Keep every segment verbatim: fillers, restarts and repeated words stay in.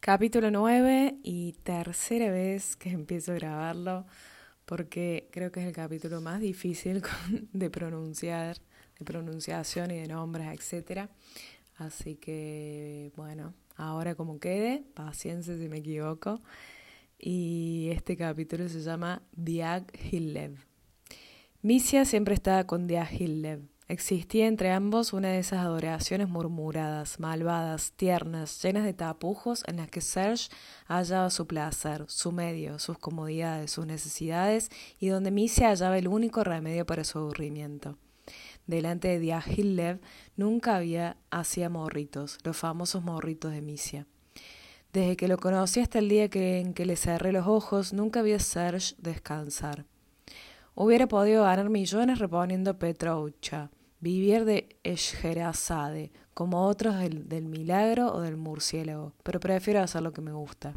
Capítulo nueve y tercera vez que empiezo a grabarlo porque creo que es el capítulo más difícil con- de pronunciar, de pronunciación y de nombres, etcétera. Así que, bueno, ahora como quede, paciencia si me equivoco. Y este capítulo se llama Diag Hillev. Misia siempre estaba con Diag Hillev. Existía entre ambos una de esas adoraciones murmuradas, malvadas, tiernas, llenas de tapujos en las que Serge hallaba su placer, su medio, sus comodidades, sus necesidades y donde Misia hallaba el único remedio para su aburrimiento. Delante de Diaghilev nunca había hacía morritos, los famosos morritos de Misia. Desde que lo conocí hasta el día que, en que le cerré los ojos, nunca vi a Serge descansar. Hubiera podido ganar millones reponiendo Petroucha, vivir de Scheherazade, como otros del, del milagro o del murciélago, pero prefiero hacer lo que me gusta.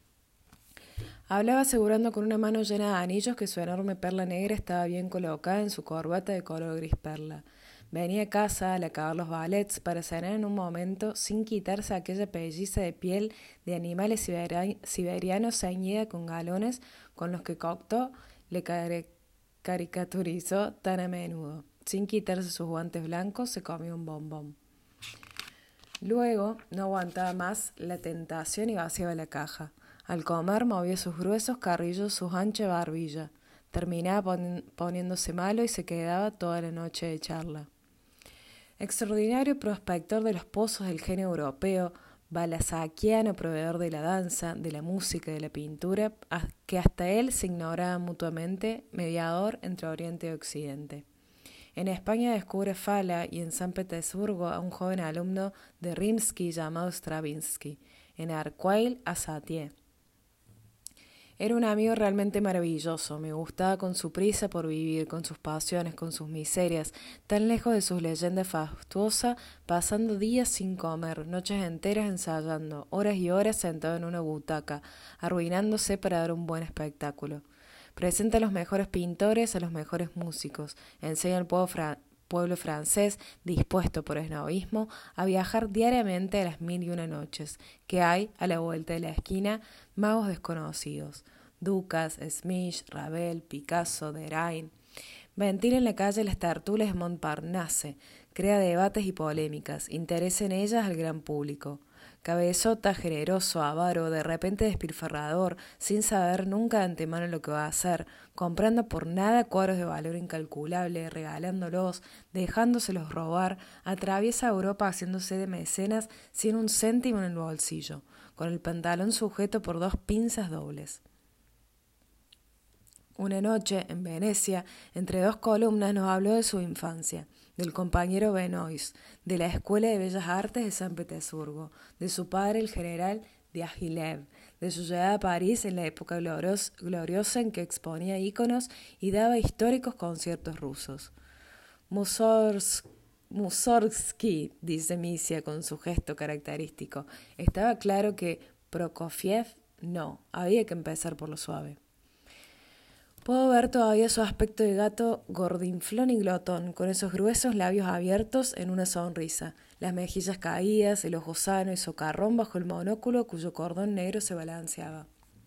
Hablaba asegurando con una mano llena de anillos que su enorme perla negra estaba bien colocada en su corbata de color gris perla. Venía a casa al acabar los ballets para cenar en un momento sin quitarse aquella pelliza de piel de animales siberi- siberianos ceñida con galones con los que Cocteau le cari- caricaturizó tan a menudo. Sin quitarse sus guantes blancos, se comió un bombón. Luego no aguantaba más la tentación y vaciaba la caja. Al comer movía sus gruesos carrillos, sus anchas barbilla. Terminaba pon- poniéndose malo y se quedaba toda la noche de charla. Extraordinario prospector de los pozos del genio europeo, balasaquiano proveedor de la danza, de la música y de la pintura, que hasta él se ignoraba mutuamente, mediador entre Oriente y Occidente. En España descubre Fala y en San Petersburgo a un joven alumno de Rimsky llamado Stravinsky, en Arcueil a Satie. Era un amigo realmente maravilloso, me gustaba con su prisa por vivir, con sus pasiones, con sus miserias, tan lejos de sus leyendas fastuosas, pasando días sin comer, noches enteras ensayando, horas y horas sentado en una butaca, arruinándose para dar un buen espectáculo. Presenta a los mejores pintores, a los mejores músicos, enseña al pueblo, fra- pueblo francés, dispuesto por esnovismo, a viajar diariamente a las mil y una noches, que hay, a la vuelta de la esquina, magos desconocidos, Ducas, Smith, Ravel, Picasso, Derain. Ventila en la calle las tertulias de Montparnasse, crea debates y polémicas, interesa en ellas al gran público. Cabezota, generoso, avaro, de repente despilfarrador, sin saber nunca de antemano lo que va a hacer, comprando por nada cuadros de valor incalculable, regalándolos, dejándoselos robar, atraviesa Europa haciéndose de mecenas sin un céntimo en el bolsillo, con el pantalón sujeto por dos pinzas dobles. Una noche, en Venecia, entre dos columnas nos habló de su infancia, del compañero Benoist, de la Escuela de Bellas Artes de San Petersburgo, de su padre el general Diaghilev, de su llegada a París en la época glorios- gloriosa en que exponía íconos y daba históricos conciertos rusos. Mussorgsky, Mussorgsky, dice Misia con su gesto característico. Estaba claro que Prokofiev no, había que empezar por lo suave. Puedo ver todavía su aspecto de gato gordinflón y glotón, con esos gruesos labios abiertos en una sonrisa, las mejillas caídas, el ojo sano y socarrón bajo el monóculo cuyo cordón negro se balanceaba.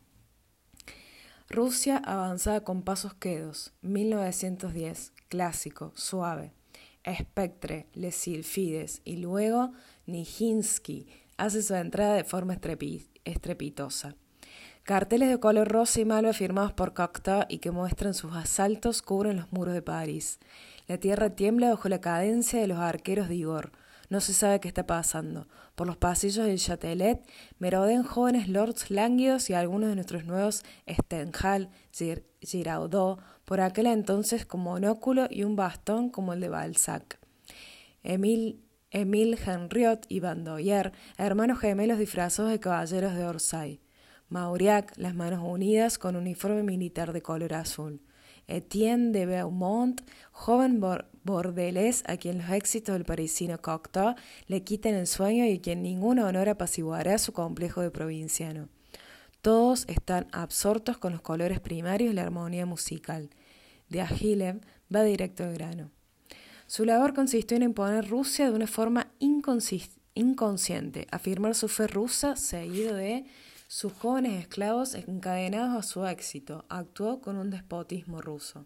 Rusia avanzaba con pasos quedos, mil novecientos diez, clásico, suave. Spectre, Les Sylphides y luego Nijinsky hace su entrada de forma estrepi- estrepitosa. Carteles de color rosa y malva firmados por Cocteau y que muestran sus asaltos cubren los muros de París. La tierra tiembla bajo la cadencia de los arqueros de Igor. No se sabe qué está pasando. Por los pasillos del Châtelet merodean jóvenes lords lánguidos y algunos de nuestros nuevos Stendhal, Gir- Giraudot, por aquel entonces con monóculo y un bastón como el de Balzac. Emile Emile Henriot y Bandoyer, hermanos gemelos disfrazados de caballeros de Orsay. Mauriac, las manos unidas con uniforme militar de color azul. Etienne de Beaumont, joven bor- bordelés a quien los éxitos del parisino Cocteau le quitan el sueño y quien ningún honor apaciguará su complejo de provinciano. Todos están absortos con los colores primarios y la armonía musical. Diaghilev va directo al grano. Su labor consistió en imponer Rusia de una forma inconsistente inconsciente, afirmar su fe rusa seguido de sus jóvenes esclavos encadenados a su éxito. Actuó con un despotismo ruso.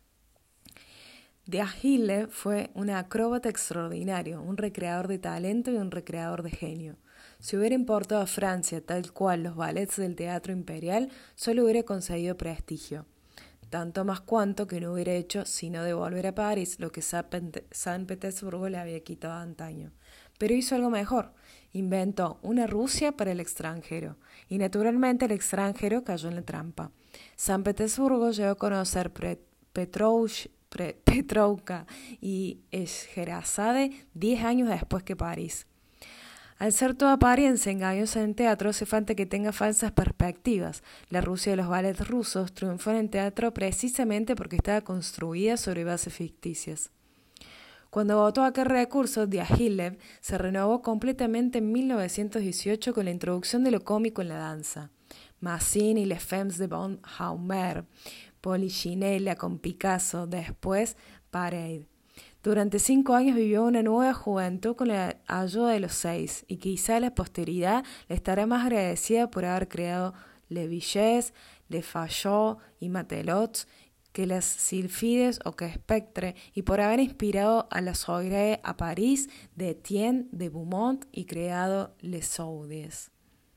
Diaghilev fue un acróbata extraordinario, un recreador de talento y un recreador de genio. Si hubiera importado a Francia tal cual los ballets del teatro imperial, solo hubiera conseguido prestigio. Tanto más cuanto que no hubiera hecho sino devolver a París lo que San Petersburgo le había quitado antaño. Pero hizo algo mejor. Inventó una Rusia para el extranjero. Y naturalmente el extranjero cayó en la trampa. San Petersburgo llegó a conocer Petrouch, Petrovka y Scheherazade diez años después que París. Al ser toda apariencia engañosa en teatro, hace falta que tenga falsas perspectivas. La Rusia de los ballets rusos triunfó en el teatro precisamente porque estaba construida sobre bases ficticias. Cuando votó aquel recurso, Diaghilev se renovó completamente en mil novecientos dieciocho con la introducción de lo cómico en la danza. Massin y Les Femmes de Bonhommer, Polichinella con Picasso, después Parade. Durante cinco años vivió una nueva juventud con la ayuda de los seis, y quizá la posteridad le estará más agradecida por haber creado Le Villers, Le Fayot y Matelots que las Sylphides o que Spectre, y por haber inspirado a la Soirée a París de Etienne de Beaumont y creado Les Soudes.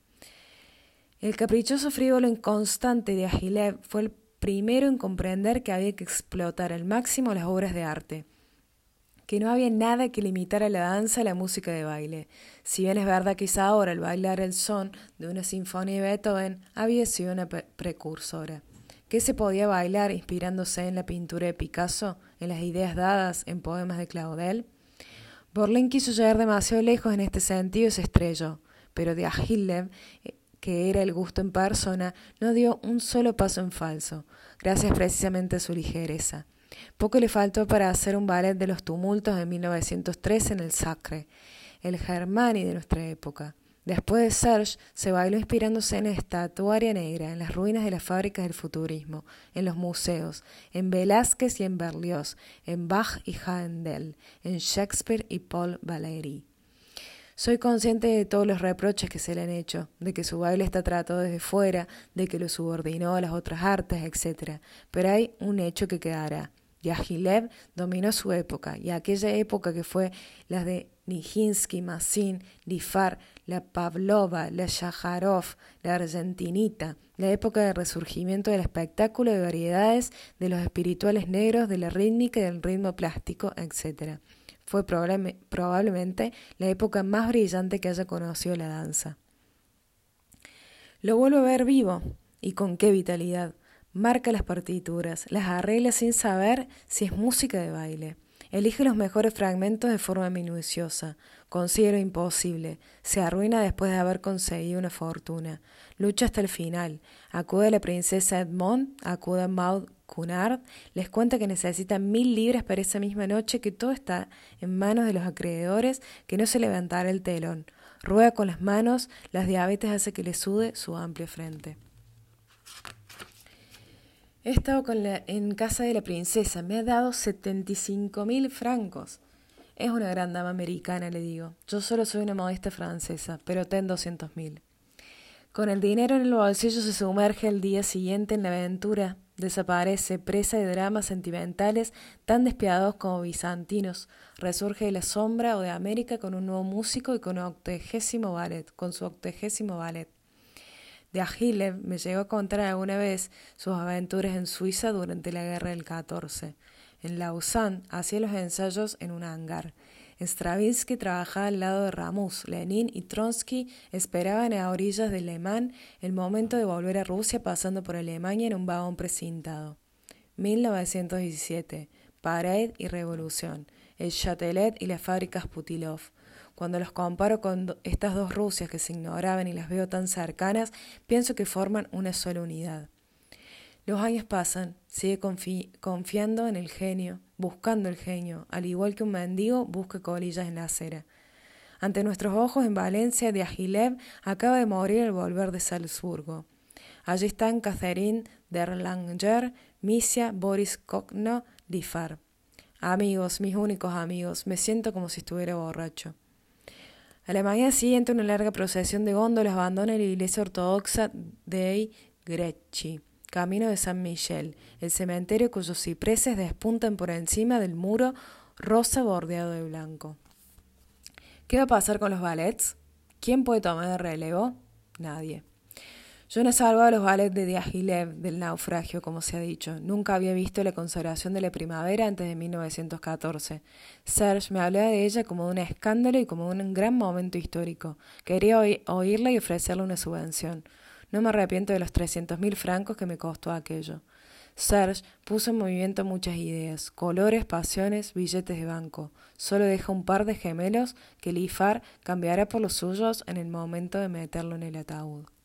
El caprichoso frívolo inconstante de Diaghilev fue el primero en comprender que había que explotar al máximo las obras de arte, que no había nada que limitar a la danza a la música de baile. Si bien es verdad que quizá ahora el bailar el son de una sinfonía de Beethoven había sido una pre- precursora. ¿Qué se podía bailar inspirándose en la pintura de Picasso, en las ideas dadas en poemas de Claudel? Borlin quiso llegar demasiado lejos en este sentido y se estrelló, pero Diaghilev, que era el gusto en persona, no dio un solo paso en falso, gracias precisamente a su ligereza. Poco le faltó para hacer un ballet de los tumultos de mil novecientos tres en el Sacre, el Germani de nuestra época. Después de Serge, se bailó inspirándose en la estatuaria negra, en las ruinas de las fábricas del futurismo, en los museos, en Velázquez y en Berlioz, en Bach y Handel, en Shakespeare y Paul Valéry. Soy consciente de todos los reproches que se le han hecho, de que su baile está tratado desde fuera, de que lo subordinó a las otras artes, etcétera. Pero hay un hecho que quedará. Diaghilev dominó su época, y aquella época que fue la de Nijinsky, Massin, Lifar, la Pavlova, la Shajarov, la Argentinita, la época del resurgimiento del espectáculo de variedades, de los espirituales negros, de la rítmica y del ritmo plástico, etcétera. Fue probable, probablemente la época más brillante que haya conocido la danza. Lo vuelvo a ver vivo, y con qué vitalidad. Marca las partituras, las arregla sin saber si es música de baile. Elige los mejores fragmentos de forma minuciosa. Consigue lo imposible. Se arruina después de haber conseguido una fortuna. Lucha hasta el final. Acude a la princesa Edmond, acude a Maud Cunard, les cuenta que necesitan mil libras para esa misma noche, que todo está en manos de los acreedores, que no se levantará el telón. Ruega con las manos, las diabetes hace que le sude su amplia frente. He estado con la, en casa de la princesa, me ha dado setenta y cinco mil francos. Es una gran dama americana, le digo. Yo solo soy una modesta francesa, pero ten doscientos mil. Con el dinero en el bolsillo se sumerge al día siguiente en la aventura. Desaparece, presa de dramas sentimentales tan despiadados como bizantinos. Resurge de la sombra o de América con un nuevo músico y con, un octogésimo ballet, con su octogésimo ballet. Diaghilev me llegó a contar alguna vez sus aventuras en Suiza durante la guerra del catorce. En Lausanne hacía los ensayos en un hangar. Stravinsky trabajaba al lado de Ramus, Lenin y Trotsky esperaban a orillas del Lehmann el momento de volver a Rusia pasando por Alemania en un vagón precintado. mil novecientos diecisiete. Parade y Revolución. El Châtelet y las fábricas Putilov. Cuando los comparo con estas dos Rusias que se ignoraban y las veo tan cercanas, pienso que forman una sola unidad. Los años pasan, sigue confi- confiando en el genio, buscando el genio, al igual que un mendigo busca colillas en la acera. Ante nuestros ojos en Valencia, Diaghilev acaba de morir al volver de Salzburgo. Allí están Catherine d'Erlanger, Misia, Boris Kokno, Lifar. Amigos, mis únicos amigos, me siento como si estuviera borracho. A la mañana siguiente, una larga procesión de góndolas abandona la iglesia ortodoxa dei Greci, camino de San Michel, el cementerio cuyos cipreses despuntan por encima del muro rosa bordeado de blanco. ¿Qué va a pasar con los ballets? ¿Quién puede tomar el relevo? Nadie. Yo no he salvado a los ballets de Diaghilev del naufragio, como se ha dicho. Nunca había visto la consagración de la primavera antes de mil novecientos catorce. Serge me hablaba de ella como de un escándalo y como de un gran momento histórico. Quería oí- oírla y ofrecerle una subvención. No me arrepiento de los trescientos mil francos que me costó aquello. Serge puso en movimiento muchas ideas, colores, pasiones, billetes de banco. Solo deja un par de gemelos que Lifar cambiará por los suyos en el momento de meterlo en el ataúd.